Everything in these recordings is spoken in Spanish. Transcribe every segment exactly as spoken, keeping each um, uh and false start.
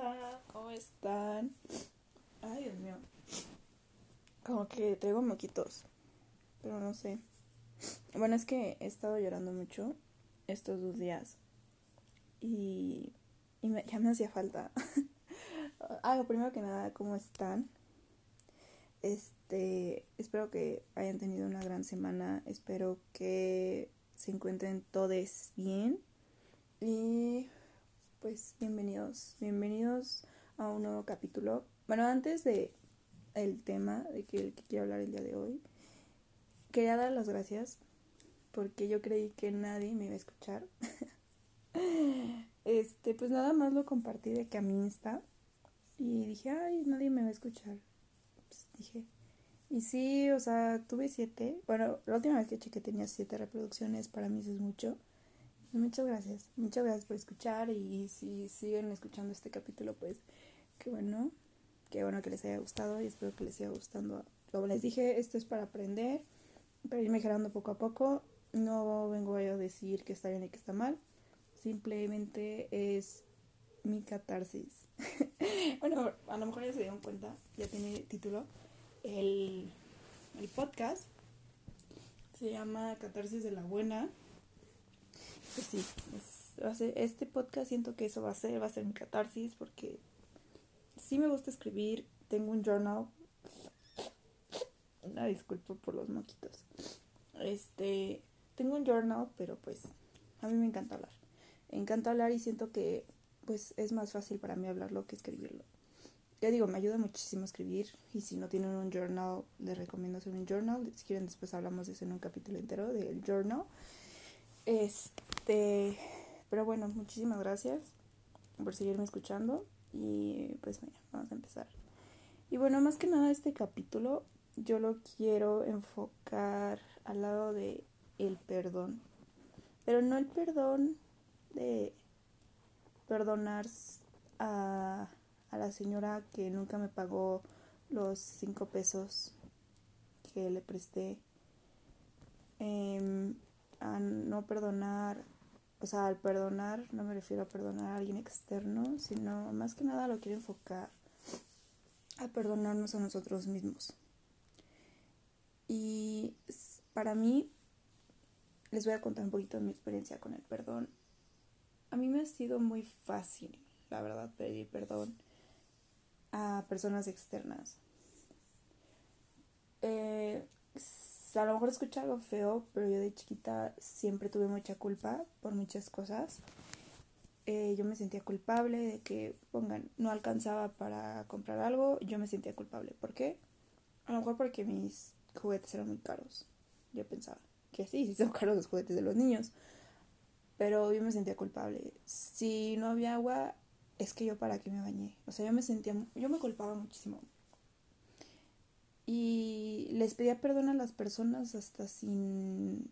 Hola, ¿cómo están? Ay, Dios mío. Como que traigo moquitos, pero no sé. Bueno, es que he estado llorando mucho estos dos días y, y me- ya me hacía falta. Ah, primero que nada, ¿cómo están? Este, espero que hayan tenido una gran semana. Espero que se encuentren todos bien. Y pues bienvenidos, bienvenidos a un nuevo capítulo. Bueno, antes de el tema de que, el que quiero hablar el día de hoy, quería dar las gracias porque yo creí que nadie me iba a escuchar. Este, pues nada más lo compartí de que a mi Insta y dije, ay, nadie me va a escuchar. Pues dije, y sí, o sea, tuve siete. Bueno, la última vez que chequé tenía siete reproducciones, para mí eso es mucho. Muchas gracias, muchas gracias por escuchar y si siguen escuchando este capítulo, pues qué bueno, qué bueno que les haya gustado y espero que les siga gustando. Como les dije, esto es para aprender, para ir mejorando poco a poco. No vengo a decir que está bien y que está mal, simplemente es mi catarsis. Bueno, a lo mejor ya se dieron cuenta, ya tiene título. El, el podcast se llama Catarsis de la Buena. Pues sí, es, va a ser, este podcast siento que eso va a ser, va a ser mi catarsis porque sí me gusta escribir, tengo un journal, una disculpa por los moquitos, este, tengo un journal, pero pues a mí me encanta hablar, me encanta hablar y siento que pues es más fácil para mí hablarlo que escribirlo. Ya digo, me ayuda muchísimo a escribir y si no tienen un journal, les recomiendo hacer un journal, si quieren después hablamos de eso en un capítulo entero del journal. Este, pero bueno, muchísimas gracias por seguirme escuchando y pues mira, vamos a empezar. Y bueno, más que nada este capítulo yo lo quiero enfocar al lado de el perdón, pero no el perdón de perdonar a, a la señora que nunca me pagó los cinco pesos que le presté, eh, a no perdonar. O sea, al perdonar no me refiero a perdonar a alguien externo, sino más que nada lo quiero enfocar a perdonarnos a nosotros mismos. Y para mí, les voy a contar un poquito de mi experiencia con el perdón. A mí me ha sido muy fácil, la verdad, pedir perdón a personas externas. Eh, a lo mejor escucha algo feo, pero yo de chiquita siempre tuve mucha culpa por muchas cosas. Eh, yo me sentía culpable de que, pongan, no alcanzaba para comprar algo, yo me sentía culpable. ¿Por qué? A lo mejor porque mis juguetes eran muy caros. Yo pensaba que sí, sí son caros los juguetes de los niños, pero yo me sentía culpable. Si no había agua, es que yo para qué me bañé. O sea, yo me sentía, yo me culpaba muchísimo. Y les pedía perdón a las personas hasta sin,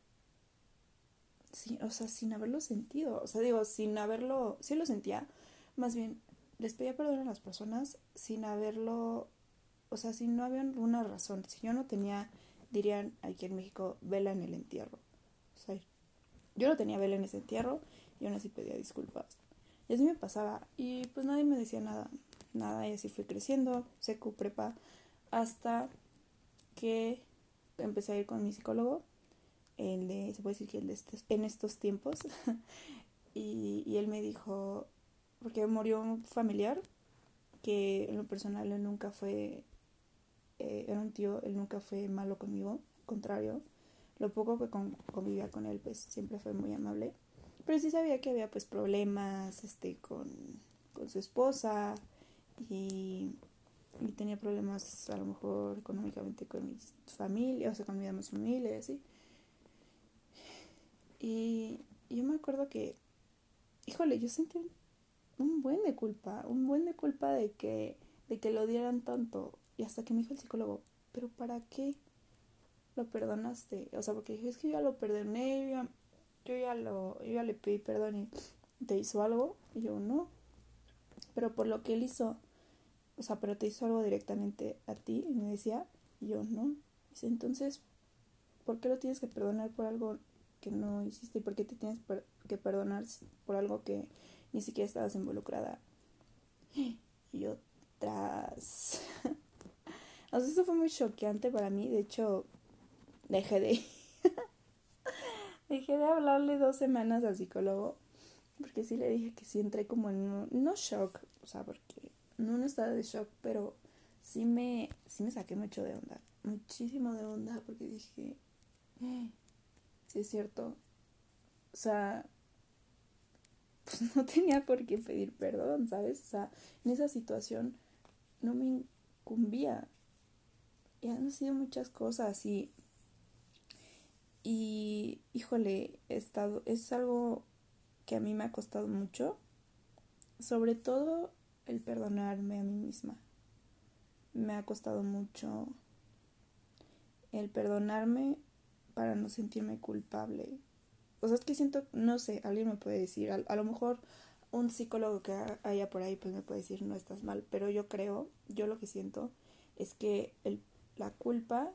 sin, o sea, sin haberlo sentido. O sea, digo, sin haberlo, sí lo sentía. Más bien, les pedía perdón a las personas sin haberlo, o sea, si no había alguna razón. Si yo no tenía, dirían aquí en México, vela en el entierro. O sea, yo no tenía vela en ese entierro y aún así pedía disculpas. Y así me pasaba. Y pues nadie me decía nada. Nada, y así fui creciendo, secu, prepa, hasta que empecé a ir con mi psicólogo, el de, se puede decir que el de estos, en estos tiempos, y, y él me dijo, porque murió un familiar que en lo personal él nunca fue, eh, era un tío, él nunca fue malo conmigo, al contrario, lo poco que con, convivía con él pues siempre fue muy amable, pero sí sabía que había pues problemas este con, con su esposa y, y tenía problemas a lo mejor económicamente con mi familia, o sea con mi demás familia y así. Y yo me acuerdo que, híjole, yo sentí un, un buen de culpa, un buen de culpa de que, de que lo dieran tanto. Y hasta que me dijo el psicólogo, ¿pero para qué lo perdonaste? O sea, porque dije, es que yo ya lo perdoné, yo ya, yo ya, lo, yo ya le pedí perdón y te hizo algo. Y yo, no, pero por lo que él hizo, o sea, pero te hizo algo directamente a ti. Y me decía, y yo, no. Dice, entonces, ¿por qué lo tienes que perdonar por algo que no hiciste? ¿Y por qué te tienes per- que perdonar por algo que ni siquiera estabas involucrada? Y yo, tras. O sea, eso fue muy choqueante para mí. De hecho, dejé de dejé de hablarle dos semanas al psicólogo. Porque sí le dije que sí entré como en un, no shock, o sea, porque no un estado de shock, pero sí me, sí me saqué mucho de onda. Muchísimo de onda porque dije, "Eh, sí es cierto. O sea, pues no tenía por qué pedir perdón, ¿sabes? O sea, en esa situación no me incumbía. Y han sido muchas cosas y, y híjole, he estado, es algo que a mí me ha costado mucho, sobre todo el perdonarme a mí misma. Me ha costado mucho el perdonarme para no sentirme culpable. O sea, es que siento, no sé, alguien me puede decir, a, a lo mejor un psicólogo que haya por ahí pues me puede decir no estás mal, pero yo creo, yo lo que siento es que el, la culpa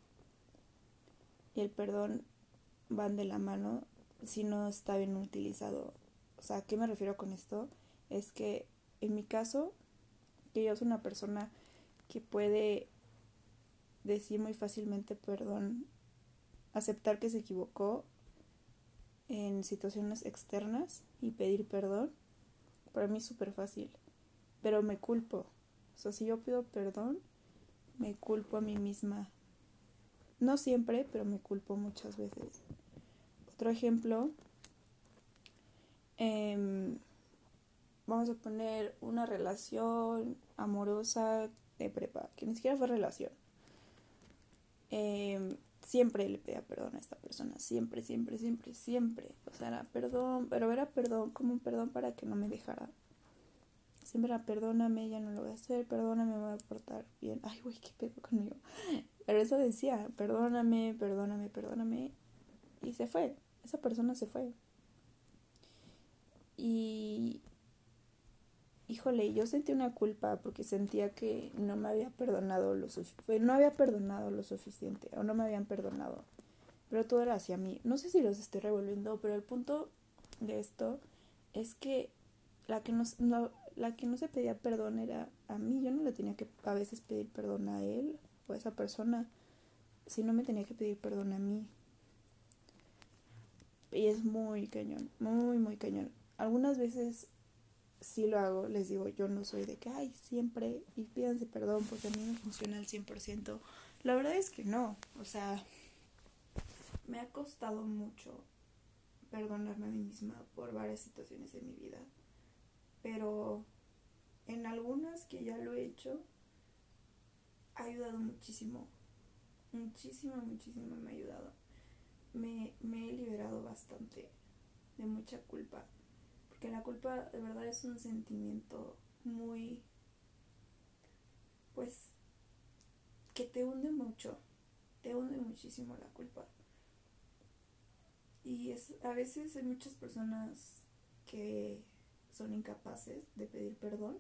y el perdón van de la mano si no está bien utilizado. O sea, ¿a qué me refiero con esto? Es que en mi caso, que yo soy una persona que puede decir muy fácilmente perdón, aceptar que se equivocó en situaciones externas y pedir perdón, para mí es súper fácil, pero me culpo. O sea, si yo pido perdón, me culpo a mí misma. No siempre, pero me culpo muchas veces. Otro ejemplo, eh, vamos a poner una relación amorosa de prepa, que ni siquiera fue relación. Eh, siempre le pedía perdón a esta persona, siempre, siempre, siempre, siempre. O sea, era perdón, pero era perdón como un perdón para que no me dejara. Siempre era perdóname, ya no lo voy a hacer, perdóname, me voy a portar bien. Ay, güey, qué pedo conmigo. Pero eso decía, perdóname, perdóname, perdóname. Y se fue, esa persona se fue. Y, híjole, yo sentí una culpa porque sentía que no me había perdonado lo suficiente. No había perdonado lo suficiente, o no me habían perdonado. Pero todo era hacia mí. No sé si los estoy revolviendo, pero el punto de esto es que la que no, no, la que no se pedía perdón era a mí. Yo no le tenía que a veces pedir perdón a él o a esa persona, sino me tenía que pedir perdón a mí. Y es muy cañón, muy, muy cañón. Algunas veces sí lo hago, les digo, yo no soy de que, ay, siempre, y pídanse perdón porque a mí me funciona al cien por ciento. La verdad es que no, o sea, me ha costado mucho perdonarme a mí misma por varias situaciones en mi vida, pero en algunas que ya lo he hecho, ha ayudado muchísimo, muchísimo, muchísimo me ha ayudado. Me, me he liberado bastante de mucha culpa, porque la culpa de verdad es un sentimiento muy, pues, que te hunde mucho, te hunde muchísimo la culpa. Y es, a veces hay muchas personas que son incapaces de pedir perdón.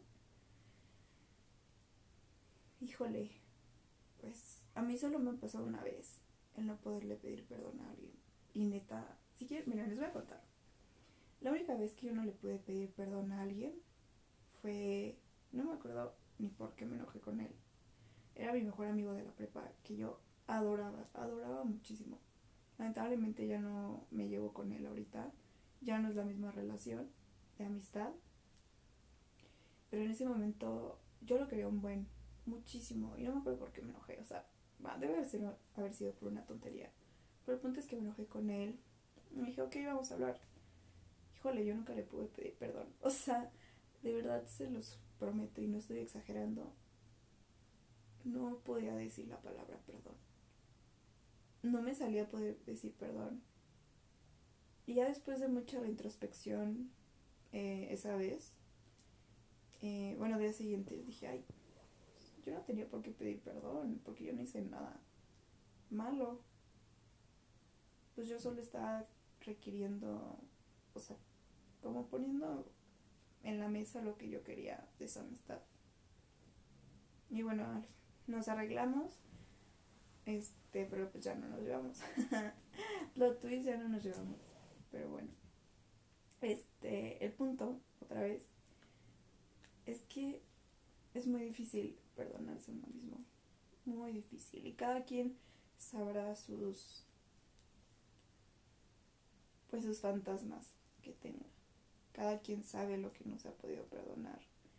Híjole, pues a mí solo me ha pasado una vez el no poderle pedir perdón a alguien. Y neta, si quieren, miren, les voy a contar. La única vez que yo no le pude pedir perdón a alguien fue, no me acuerdo ni por qué me enojé con él. Era mi mejor amigo de la prepa que yo adoraba, adoraba muchísimo. Lamentablemente ya no me llevo con él ahorita, ya no es la misma relación de amistad, pero en ese momento yo lo quería un buen, muchísimo, y no me acuerdo por qué me enojé, o sea, bah, debe haber sido, haber sido por una tontería, pero el punto es que me enojé con él, me dije, ok, vamos a hablar. Híjole, yo nunca le pude pedir perdón, o sea, de verdad se los prometo y no estoy exagerando, no podía decir la palabra perdón, no me salía a poder decir perdón. Y ya después de mucha reintrospección, eh, esa vez, eh, bueno, al día siguiente dije, ay, yo no tenía por qué pedir perdón, porque yo no hice nada malo. Pues yo solo estaba requiriendo, o sea, como poniendo en la mesa lo que yo quería de esa amistad. Y bueno, nos arreglamos, este, pero pues ya no nos llevamos. Los tweets ya no nos llevamos. Pero bueno, este, el punto, otra vez, es que que es muy difícil perdonarse a uno mismo, muy difícil, y cada quien sabrá sus, pues sus fantasmas que tenga, cada quien sabe lo que no se ha podido perdonar,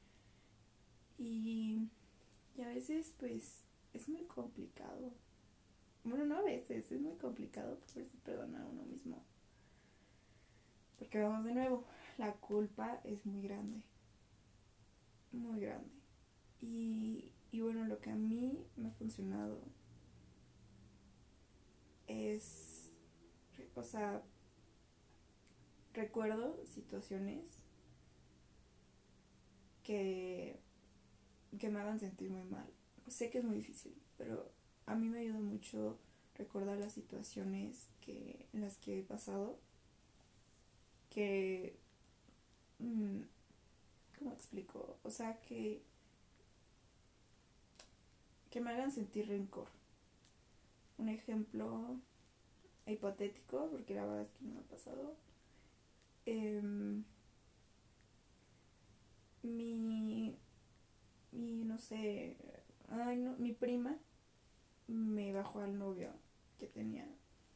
y, y a veces pues es muy complicado, bueno, no a veces, es muy complicado poderse perdonar a uno mismo, porque vamos de nuevo, la culpa es muy grande, muy grande. Y, y bueno, lo que a mí me ha funcionado es, o sea, recuerdo situaciones que, que me hagan sentir muy mal. Sé que es muy difícil, pero a mí me ayuda mucho recordar las situaciones que, en las que he pasado, que, mmm, ¿cómo explico? O sea, que, que me hagan sentir rencor. Un ejemplo hipotético, porque la verdad es que no me ha pasado. Eh, mi, mi, no sé, ay, no, mi prima me bajó al novio que tenía.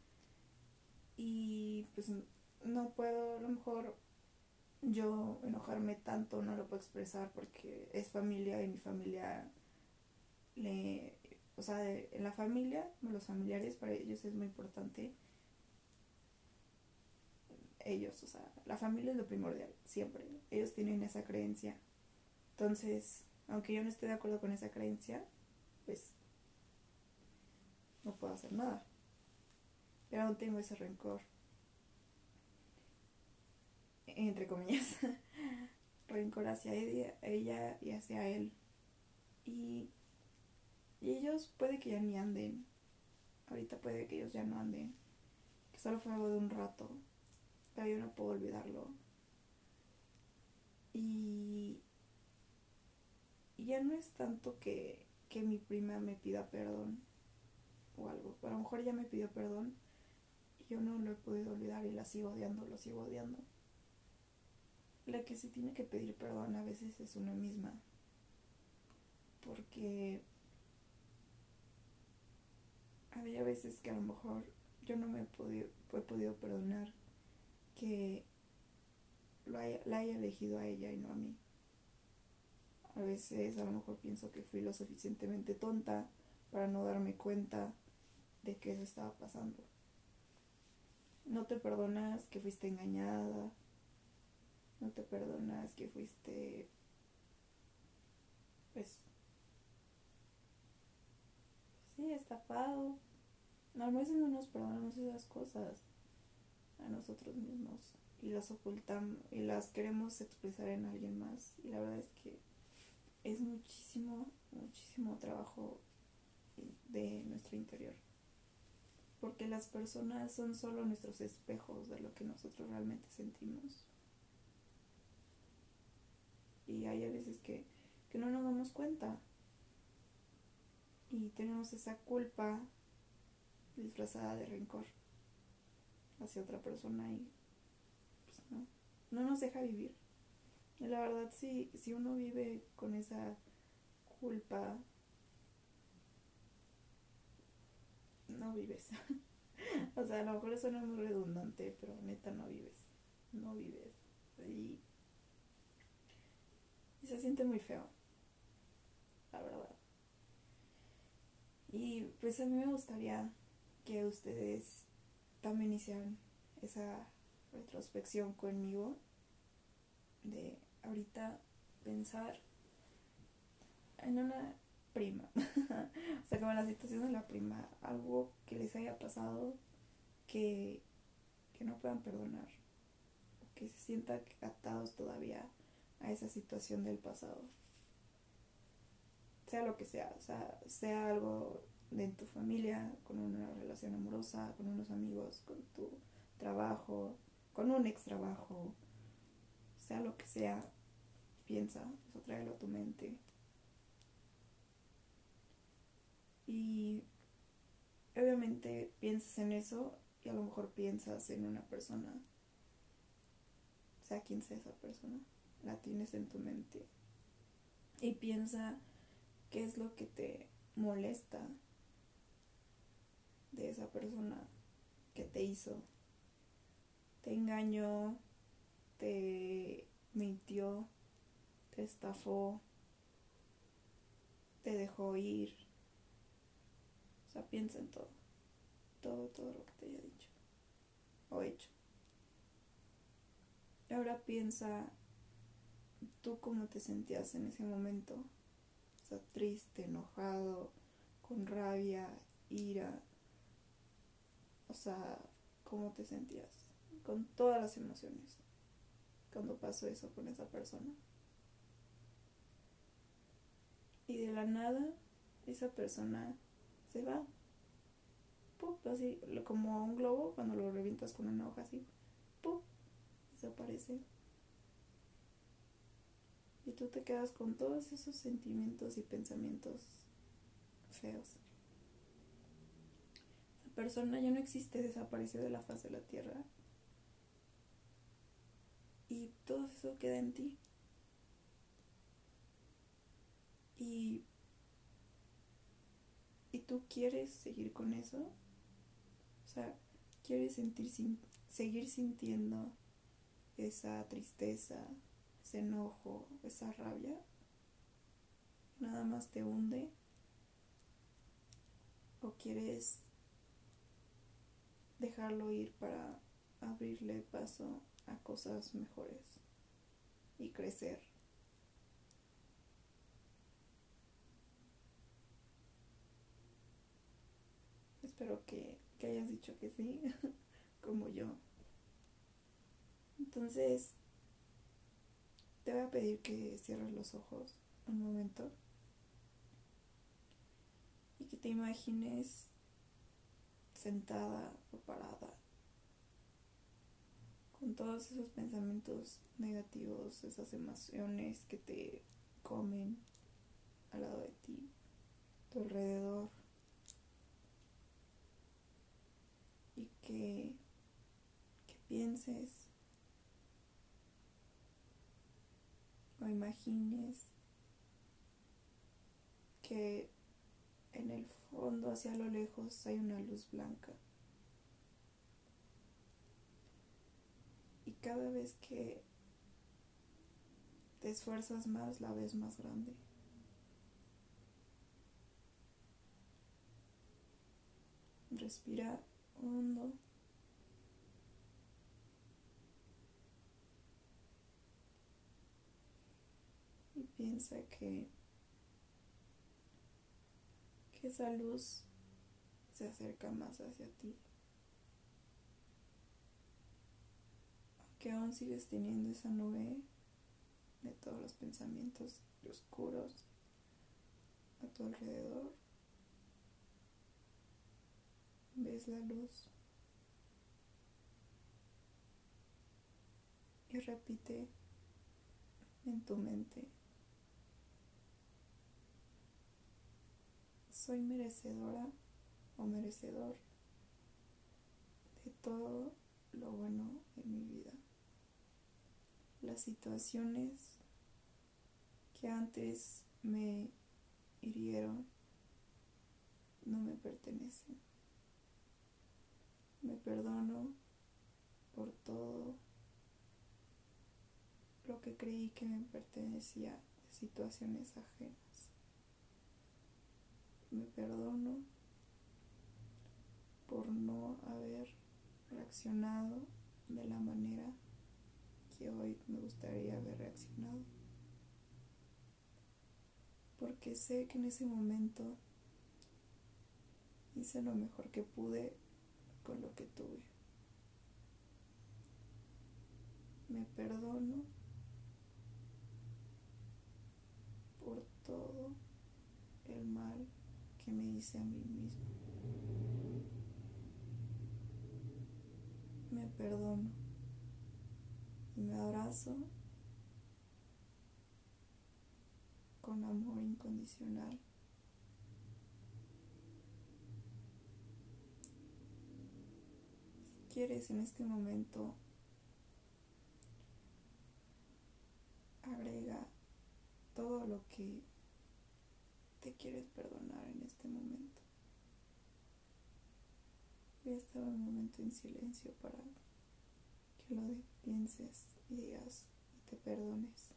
Y pues no puedo, a lo mejor yo enojarme tanto, no lo puedo expresar porque es familia y mi familia le, o sea, de, en la familia, los familiares para ellos es muy importante. Ellos, o sea, la familia es lo primordial, siempre. Ellos tienen esa creencia. Entonces, aunque yo no esté de acuerdo con esa creencia, pues no puedo hacer nada. Pero aún tengo ese rencor, entre comillas, rencor hacia ella, ella y hacia él. Y, y ellos puede que ya ni anden. Ahorita puede que ellos ya no anden. Que solo fue algo de un rato. Pero yo no puedo olvidarlo. Y, y ya no es tanto que, que mi prima me pida perdón o algo. A lo mejor ya me pidió perdón y yo no lo he podido olvidar y la sigo odiando, lo sigo odiando. La que se tiene que pedir perdón a veces es una misma. Porque había veces que a lo mejor yo no me he podido, he podido perdonar que lo haya, la haya elegido a ella y no a mí. A veces a lo mejor pienso que fui lo suficientemente tonta para no darme cuenta de que eso estaba pasando. No te perdonas que fuiste engañada, no te perdonas que fuiste, pues, sí, estafado. A veces no nos perdonamos esas cosas a nosotros mismos y las ocultamos y las queremos expresar en alguien más, y la verdad es que es muchísimo, muchísimo trabajo de nuestro interior, porque las personas son solo nuestros espejos de lo que nosotros realmente sentimos, y hay a veces que, que no nos damos cuenta y tenemos esa culpa disfrazada de rencor hacia otra persona y pues no, no nos deja vivir. Y la verdad, si, si uno vive con esa culpa, no vives. O sea, a lo mejor eso no es muy redundante, pero neta no vives. No vives. Y, y se siente muy feo, la verdad. Y pues a mí me gustaría que ustedes también hicieran esa retrospección conmigo de ahorita pensar en una prima. O sea, como la situación de la prima, algo que les haya pasado que, que no puedan perdonar, o que se sientan atados todavía a esa situación del pasado. Sea lo que sea, o sea, sea algo de tu familia, con una relación amorosa, con unos amigos, con tu trabajo, con un ex trabajo, sea lo que sea, piensa, eso tráelo a tu mente. Y obviamente piensas en eso y a lo mejor piensas en una persona, sea quien sea esa persona, la tienes en tu mente. y piensa qué es lo que te molesta de esa persona que te hizo. Te engañó, te mintió, te estafó, te dejó ir. O sea, piensa en todo, todo, todo lo que te haya dicho o hecho. Y ahora piensa tú cómo te sentías en ese momento. O sea, triste, enojado, con rabia, ira. O sea, cómo te sentías con todas las emociones cuando pasó eso con esa persona. Y de la nada, esa persona se va. ¡Pup! Así, como un globo cuando lo revientas con una hoja así. ¡Pup! Desaparece. Y tú te quedas con todos esos sentimientos y pensamientos feos. Esa persona ya no existe, desapareció de la faz de la tierra. Y todo eso queda en ti. Y, y tú quieres seguir con eso. O sea, quieres sentir, seguir sintiendo esa tristeza, ese enojo, esa rabia. Nada más te hunde. O quieres dejarlo ir para abrirle paso a cosas mejores y crecer. Espero que, que hayas dicho que sí, como yo. Entonces, te voy a pedir que cierres los ojos un momento y que te imagines sentada o parada con todos esos pensamientos negativos, esas emociones que te comen al lado de ti, a tu alrededor, y que, que pienses o imagines que en el fondo, hacia lo lejos, hay una luz blanca. Y cada vez que te esfuerzas más, la ves más grande. Respira hondo. Y piensa que, que esa luz se acerca más hacia ti. Que aún sigues teniendo esa nube de todos los pensamientos oscuros a tu alrededor. Ves la luz y repite en tu mente: soy merecedora o merecedor de todo lo bueno en mi vida. Las situaciones que antes me hirieron no me pertenecen. Me perdono por todo lo que creí que me pertenecía de situaciones ajenas. Me perdono por no haber reaccionado de la manera que hoy me gustaría haber reaccionado. Porque sé que en ese momento hice lo mejor que pude con lo que tuve. Me perdono por todo el mal que me hice a mí mismo. Me perdono y me abrazo con amor incondicional. Si quieres, en este momento, agrega todo lo que te quieres perdonar en este momento. Voy a estar un momento en silencio para que lo pienses y digas y te perdones.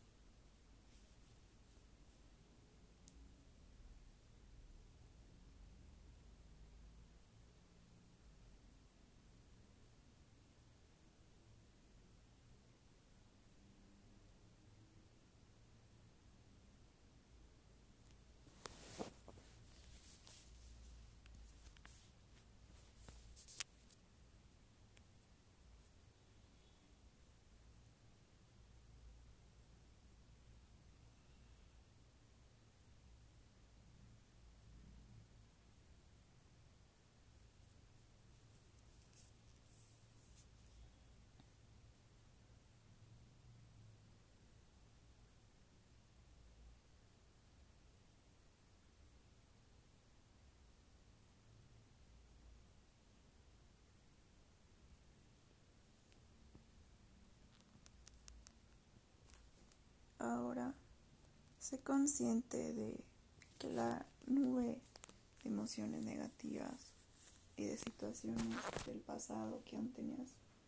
Ahora, sé consciente de que la nube de emociones negativas y de situaciones del pasado que aún tenías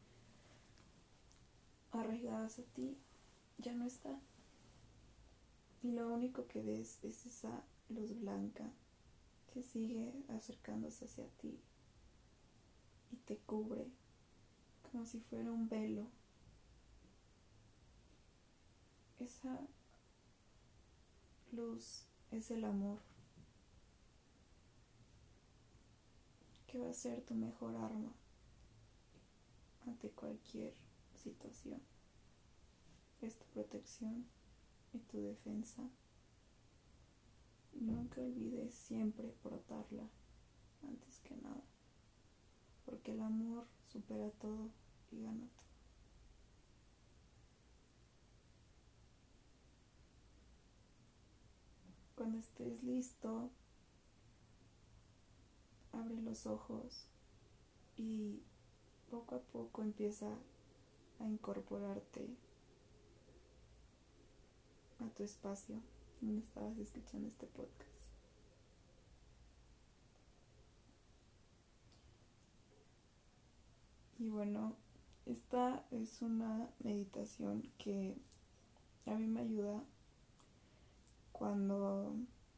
arraigadas a ti ya no está. Y lo único que ves es esa luz blanca que sigue acercándose hacia ti y te cubre como si fuera un velo. Esa luz es el amor, que va a ser tu mejor arma ante cualquier situación. Es tu protección y tu defensa. Nunca olvides siempre portarla antes que nada, porque el amor supera todo y gana todo. Cuando estés listo, abre los ojos y poco a poco empieza a incorporarte a tu espacio donde estabas escuchando este podcast. Y bueno, esta es una meditación que a mí me ayuda cuando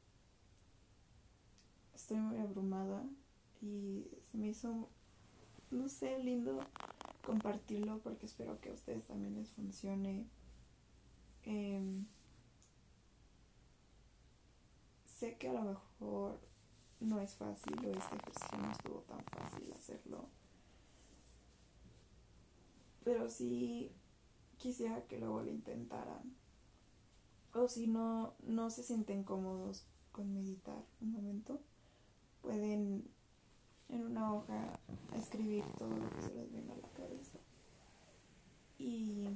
estoy muy abrumada y se me hizo, no sé, lindo compartirlo porque espero que a ustedes también les funcione. Eh, sé que a lo mejor no es fácil o este ejercicio no estuvo tan fácil hacerlo, pero sí quisiera que luego lo intentaran. O si no, no se sienten cómodos con meditar un momento, pueden en una hoja escribir todo lo que se les venga a la cabeza. Y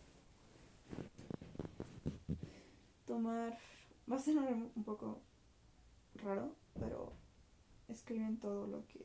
tomar, va a ser un poco raro, pero escriben todo lo que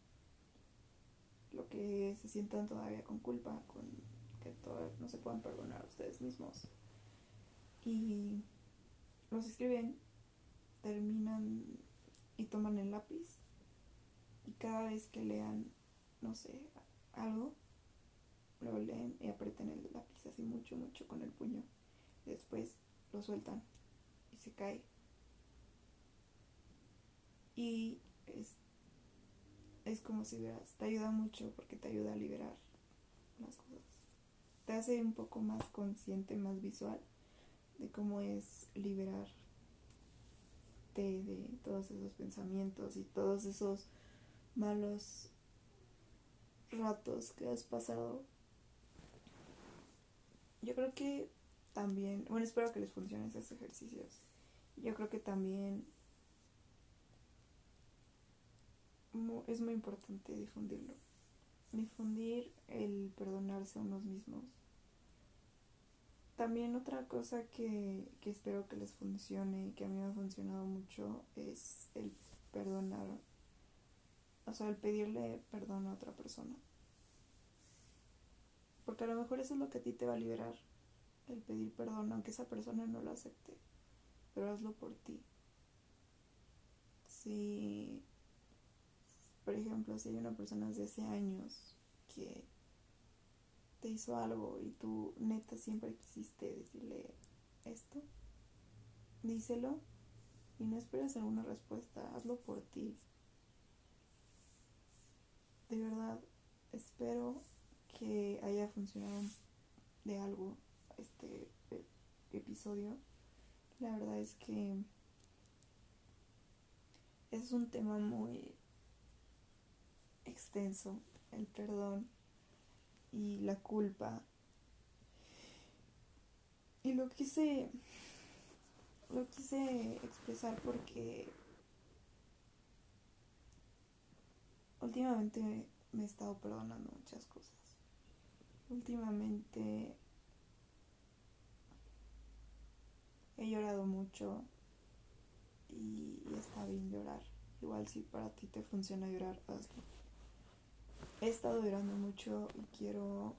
lo que se sientan todavía con culpa, con que todavía no se puedan perdonar a ustedes mismos. Y los escriben, terminan y toman el lápiz y cada vez que lean, no sé, algo, lo leen y apretan el lápiz así mucho, mucho con el puño. Después lo sueltan y se cae. Y es, es como si veas, te ayuda mucho porque te ayuda a liberar las cosas. Te hace un poco más consciente, más visual de cómo es liberarte de todos esos pensamientos y todos esos malos ratos que has pasado. Yo creo que también, bueno, espero que les funcionen esos ejercicios. Yo creo que también es muy importante difundirlo. Difundir el perdonarse a unos mismos. También otra cosa que, que espero que les funcione y que a mí me ha funcionado mucho es el perdonar, o sea, el pedirle perdón a otra persona. Porque a lo mejor eso es lo que a ti te va a liberar, el pedir perdón, aunque esa persona no lo acepte. pero hazlo por ti. Si, por ejemplo, si hay una persona desde hace años que te hizo algo y tú neta siempre quisiste decirle esto, díselo y no esperes alguna respuesta, hazlo por ti. De verdad, espero que haya funcionado de algo este episodio. La verdad es que es un tema muy extenso, el perdón y la culpa. Y lo quise lo quise expresar porque últimamente me he estado perdonando muchas cosas. Últimamente he llorado mucho y, y está bien llorar. Igual si para ti te funciona llorar, hazlo. He estado llorando mucho y quiero...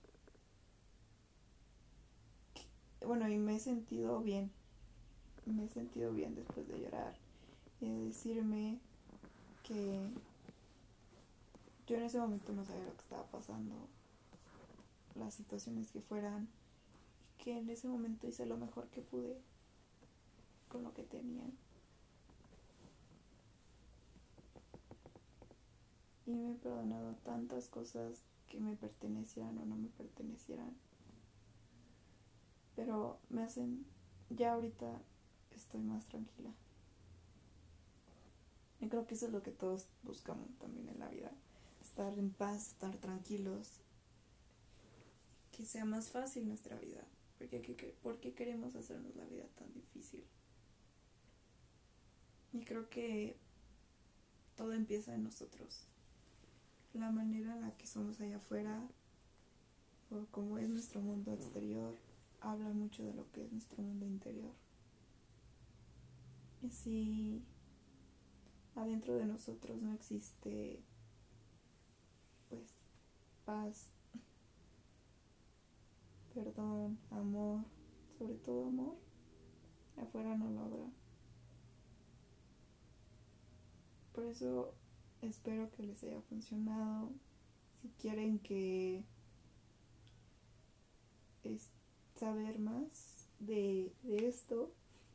Bueno, y me he sentido bien. Me he sentido bien después de llorar. Y de decirme que yo en ese momento no sabía lo que estaba pasando, las situaciones que fueran, y que en ese momento hice lo mejor que pude con lo que tenía. Y me he perdonado tantas cosas que me pertenecieran o no me pertenecieran. Pero me hacen... Ya ahorita estoy más tranquila. Y creo que eso es lo que todos buscamos también en la vida. Estar en paz, estar tranquilos. Que sea más fácil nuestra vida. Porque, ¿por qué queremos hacernos la vida tan difícil? Y creo que todo empieza en nosotros. La manera en la que somos allá afuera, o cómo es nuestro mundo exterior, habla mucho de lo que es nuestro mundo interior. Y si adentro de nosotros no existe, pues, paz, perdón, amor, sobre todo amor, afuera no lo habrá. Por eso espero que les haya funcionado. Si quieren que es saber más de, de esto,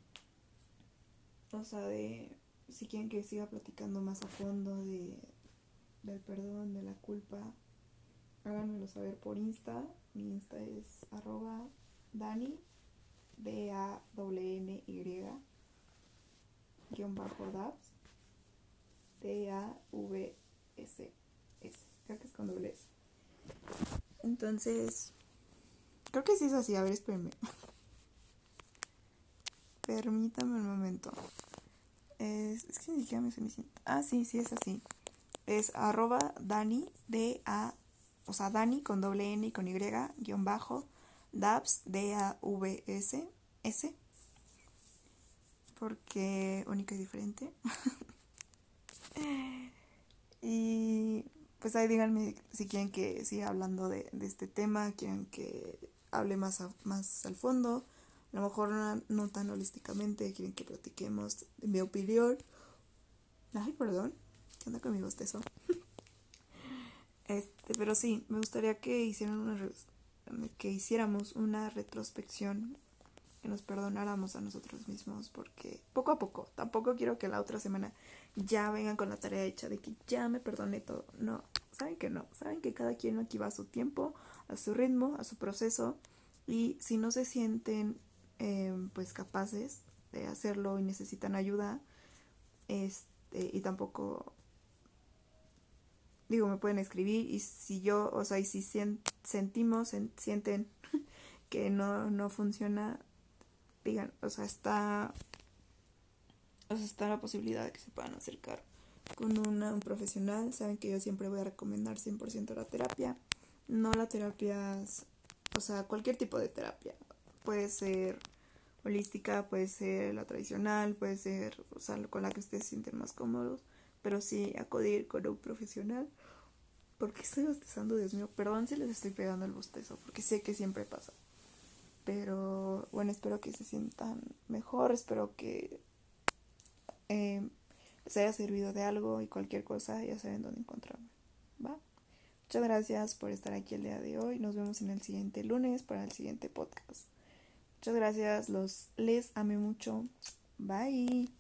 o sea, de si quieren que siga platicando más a fondo de, del perdón, de la culpa, háganmelo saber por Insta. Mi Insta es arroba Dani, D A N N Y, guión bajo Dabs, D A V S S, creo que es con doble S. Entonces, creo que sí es así, a ver, espérenme. Permítame un momento. Es, es que ni siquiera me sé mi... Ah, sí, sí es así. Es arroba Dani, D A, o sea, Dani con doble N y con Y, guión bajo, Dabs, D A V S, S. Porque única y diferente. Y pues ahí díganme si quieren que siga hablando de, de este tema, quieren que hable más, a, más al fondo. A lo mejor no, no tan holísticamente, quieren que platiquemos de mi opinión. Ay, perdón, ¿qué onda con mi bostezo? Este, pero sí, me gustaría que hicieran una que hiciéramos una retrospección, que nos perdonáramos a nosotros mismos, porque poco a poco, tampoco quiero que la otra semana ya vengan con la tarea hecha de que ya me perdoné todo. No, saben que no, saben que cada quien aquí va a su tiempo, a su ritmo, a su proceso, y si no se sienten eh, pues capaces de hacerlo y necesitan ayuda, este, y tampoco, digo, me pueden escribir, y si yo, o sea, y si sien, sentimos, en, sienten que no, no funciona, digan, o sea, está, o sea, está la posibilidad de que se puedan acercar con una, un profesional. Saben que yo siempre voy a recomendar cien por ciento la terapia, no la terapia, o sea, cualquier tipo de terapia. Puede ser holística, puede ser la tradicional, puede ser, o sea, con la que ustedes se sienten más cómodos, pero sí acudir con un profesional. ¿Por qué estoy bostezando, Dios mío? Perdón si les estoy pegando el bostezo, porque sé que siempre pasa. Pero bueno, espero que se sientan mejor, espero que eh, les haya servido de algo y cualquier cosa ya saben dónde encontrarme. ¿Va? Muchas gracias por estar aquí el día de hoy. Nos vemos en el siguiente lunes para el siguiente podcast. Muchas gracias, los les amé mucho. Bye.